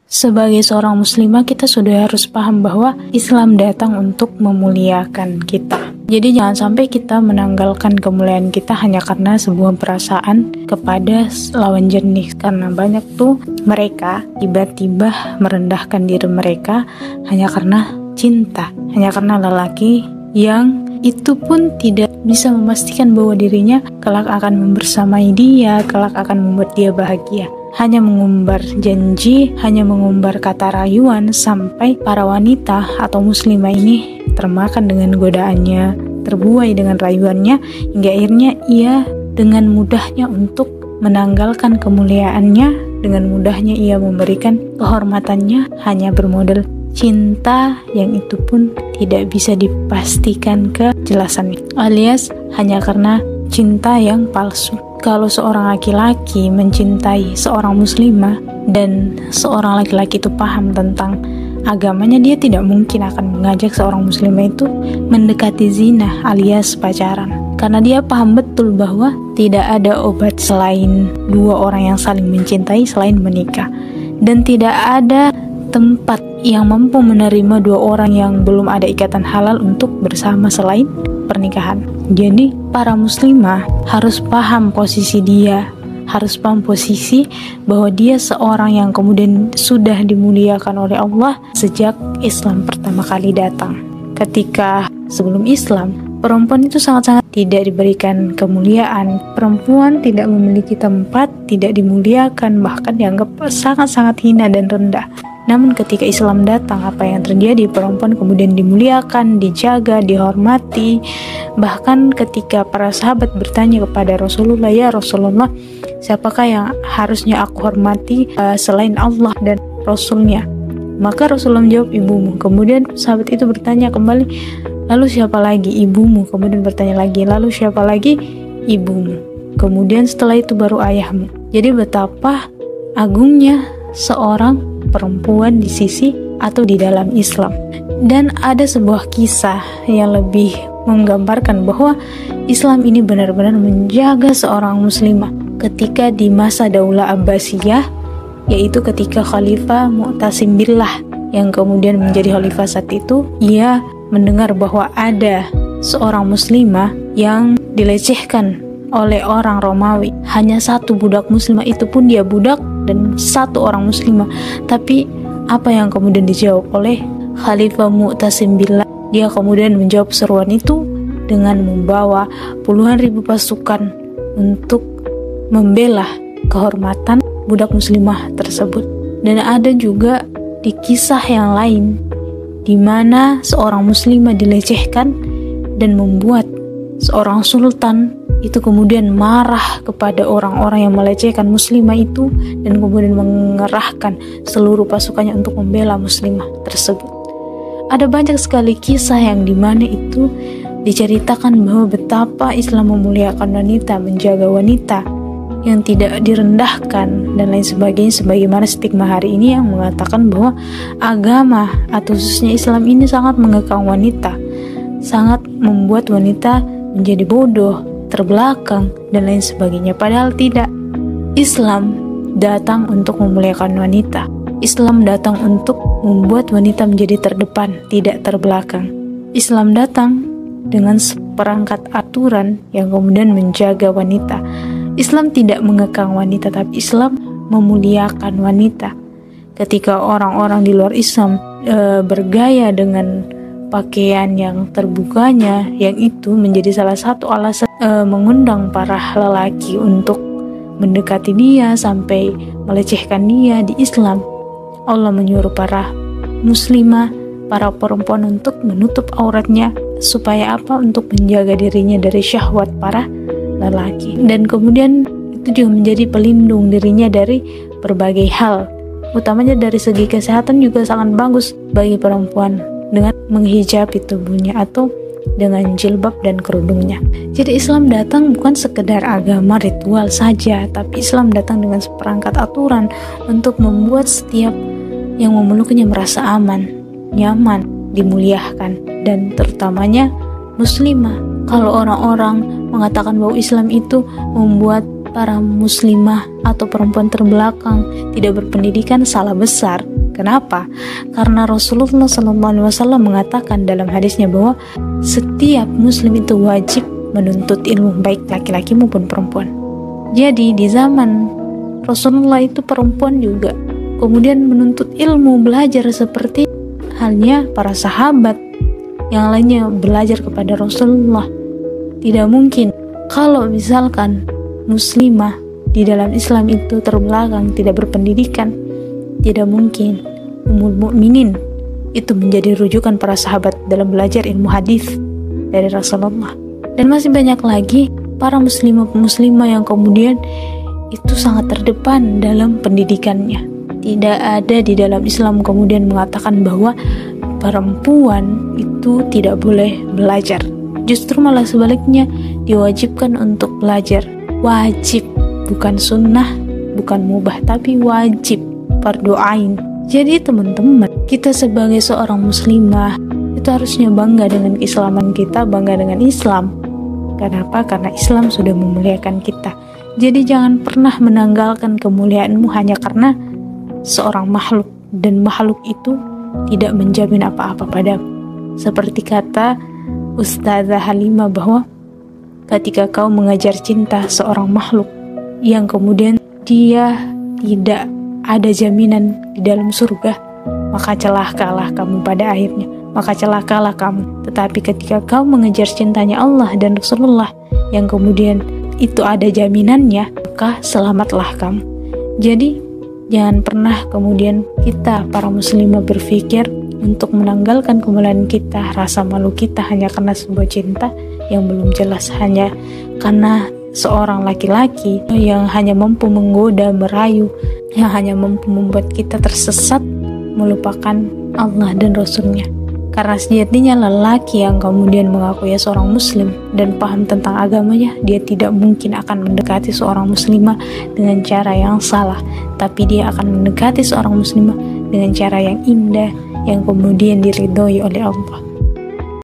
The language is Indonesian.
Sebagai seorang muslimah, kita sudah harus paham bahwa Islam datang untuk memuliakan kita. Jadi jangan sampai kita menanggalkan kemuliaan kita hanya karena sebuah perasaan kepada lawan jenis. Karena banyak tuh mereka tiba-tiba merendahkan diri mereka hanya karena cinta, hanya karena lelaki yang itu pun tidak bisa memastikan bahwa dirinya kelak akan membersamai dia, kelak akan membuat dia bahagia. Hanya mengumbar janji, hanya mengumbar kata rayuan, sampai para wanita atau muslimah ini termakan dengan godaannya, terbuai dengan rayuannya, hingga akhirnya ia dengan mudahnya untuk menanggalkan kemuliaannya, dengan mudahnya ia memberikan kehormatannya hanya bermodal cinta yang itu pun tidak bisa dipastikan kejelasannya, alias hanya karena cinta yang palsu. Kalau seorang laki-laki mencintai seorang muslimah dan seorang laki-laki itu paham tentang agamanya, dia tidak mungkin akan mengajak seorang muslimah itu mendekati zina alias pacaran. Karena dia paham betul bahwa tidak ada obat selain dua orang yang saling mencintai selain menikah. Dan tidak ada tempat yang mampu menerima dua orang yang belum ada ikatan halal untuk bersama selain pernikahan. Jadi para muslimah harus paham posisi dia, harus paham posisi bahwa dia seorang yang kemudian sudah dimuliakan oleh Allah sejak Islam pertama kali datang. Ketika sebelum Islam, perempuan itu sangat-sangat tidak diberikan kemuliaan. Perempuan tidak memiliki tempat, tidak dimuliakan, bahkan dianggap sangat-sangat hina dan rendah. Namun ketika Islam datang, apa yang terjadi? Perempuan kemudian dimuliakan, dijaga, dihormati. Bahkan ketika para sahabat bertanya kepada Rasulullah, "Ya Rasulullah, siapakah yang harusnya aku hormati selain Allah dan Rasulnya?" Maka Rasulullah menjawab, "Ibumu." Kemudian sahabat itu bertanya kembali, "Lalu siapa lagi?" "Ibumu." Kemudian bertanya lagi, "Lalu siapa lagi?" "Ibumu." Kemudian setelah itu baru ayahmu. Jadi betapa agungnya seorang perempuan di sisi atau di dalam Islam. Dan ada sebuah kisah yang lebih menggambarkan bahwa Islam ini benar-benar menjaga seorang muslimah ketika di masa Daulah Abbasiyah, yaitu ketika Khalifah Mu'tasim Billah yang kemudian menjadi khalifah saat itu, ia mendengar bahwa ada seorang muslimah yang dilecehkan oleh orang Romawi. Hanya satu budak muslimah, itu pun dia budak dan satu orang muslimah. Tapi apa yang kemudian dijawab oleh Khalifah Mu'tasim Billah? Dia kemudian menjawab seruan itu dengan membawa puluhan ribu pasukan untuk membela kehormatan budak muslimah tersebut. Dan ada juga di kisah yang lain di mana seorang muslimah dilecehkan dan membuat seorang sultan itu kemudian marah kepada orang-orang yang melecehkan muslimah itu dan kemudian mengerahkan seluruh pasukannya untuk membela muslimah tersebut. Ada banyak sekali kisah yang dimana itu diceritakan bahwa betapa Islam memuliakan wanita, menjaga wanita yang tidak direndahkan dan lain sebagainya, sebagaimana stigma hari ini yang mengatakan bahwa agama atau khususnya Islam ini sangat mengekang wanita, sangat membuat wanita menjadi bodoh, terbelakang, dan lain sebagainya. Padahal tidak. Islam datang untuk memuliakan wanita. Islam datang untuk membuat wanita menjadi terdepan, tidak terbelakang. Islam datang dengan seperangkat aturan yang kemudian menjaga wanita. Islam tidak mengekang wanita, tapi Islam memuliakan wanita. Ketika orang-orang di luar Islam bergaya dengan pakaian yang terbukanya, yang itu menjadi salah satu alasan mengundang para lelaki untuk mendekati dia sampai melecehkan dia. Di Islam, Allah menyuruh para muslimah, para perempuan untuk menutup auratnya. Supaya apa? Untuk menjaga dirinya dari syahwat para lelaki. Dan kemudian itu juga menjadi pelindung dirinya dari berbagai hal, utamanya dari segi kesehatan juga sangat bagus bagi perempuan dengan menghijabi tubuhnya atau dengan jilbab dan kerudungnya. Jadi Islam datang bukan sekedar agama ritual saja, tapi Islam datang dengan seperangkat aturan untuk membuat setiap yang memeluknya merasa aman, nyaman, dimuliakan, dan terutamanya muslimah. Kalau orang-orang mengatakan bahwa Islam itu membuat para muslimah atau perempuan terbelakang, tidak berpendidikan, salah besar. Kenapa? Karena Rasulullah SAW mengatakan dalam hadisnya bahwa setiap muslim itu wajib menuntut ilmu, baik laki-laki maupun perempuan. Jadi di zaman Rasulullah itu perempuan juga kemudian menuntut ilmu, belajar seperti halnya para sahabat yang lainnya belajar kepada Rasulullah. Tidak mungkin kalau misalkan muslimah di dalam Islam itu terbelakang, tidak berpendidikan, tidak mungkin Ummul Mukminin itu menjadi rujukan para sahabat dalam belajar ilmu hadis dari Rasulullah. Dan masih banyak lagi para muslimah yang kemudian itu sangat terdepan dalam pendidikannya. Tidak ada di dalam Islam kemudian mengatakan bahwa perempuan itu tidak boleh belajar. Justru malah sebaliknya, diwajibkan untuk belajar. Wajib, bukan sunnah, bukan mubah, tapi wajib, fardu ain. Jadi teman-teman, kita sebagai seorang muslimah itu harusnya bangga dengan keislaman kita, bangga dengan Islam. Kenapa? Karena Islam sudah memuliakan kita. Jadi jangan pernah menanggalkan kemuliaanmu hanya karena seorang makhluk, dan makhluk itu tidak menjamin apa-apa padamu. Seperti kata Ustazah Halimah bahwa ketika kau mengajar cinta seorang makhluk yang kemudian dia tidak ada jaminan di dalam surga, maka celakalah kamu pada akhirnya, maka celakalah kamu. Tetapi ketika kau mengejar cintanya Allah dan Rasulullah yang kemudian itu ada jaminannya, maka selamatlah kamu. Jadi jangan pernah kemudian kita para muslimah berpikir untuk menanggalkan kemuliaan kita, rasa malu kita hanya karena sebuah cinta yang belum jelas, hanya karena seorang laki-laki yang hanya mampu menggoda, merayu, yang hanya mampu membuat kita tersesat, melupakan Allah dan Rasulnya. Karena sejatinya lelaki yang kemudian mengakui seorang muslim dan paham tentang agamanya, dia tidak mungkin akan mendekati seorang muslimah dengan cara yang salah, tapi dia akan mendekati seorang muslimah dengan cara yang indah, yang kemudian diridhoi oleh Allah.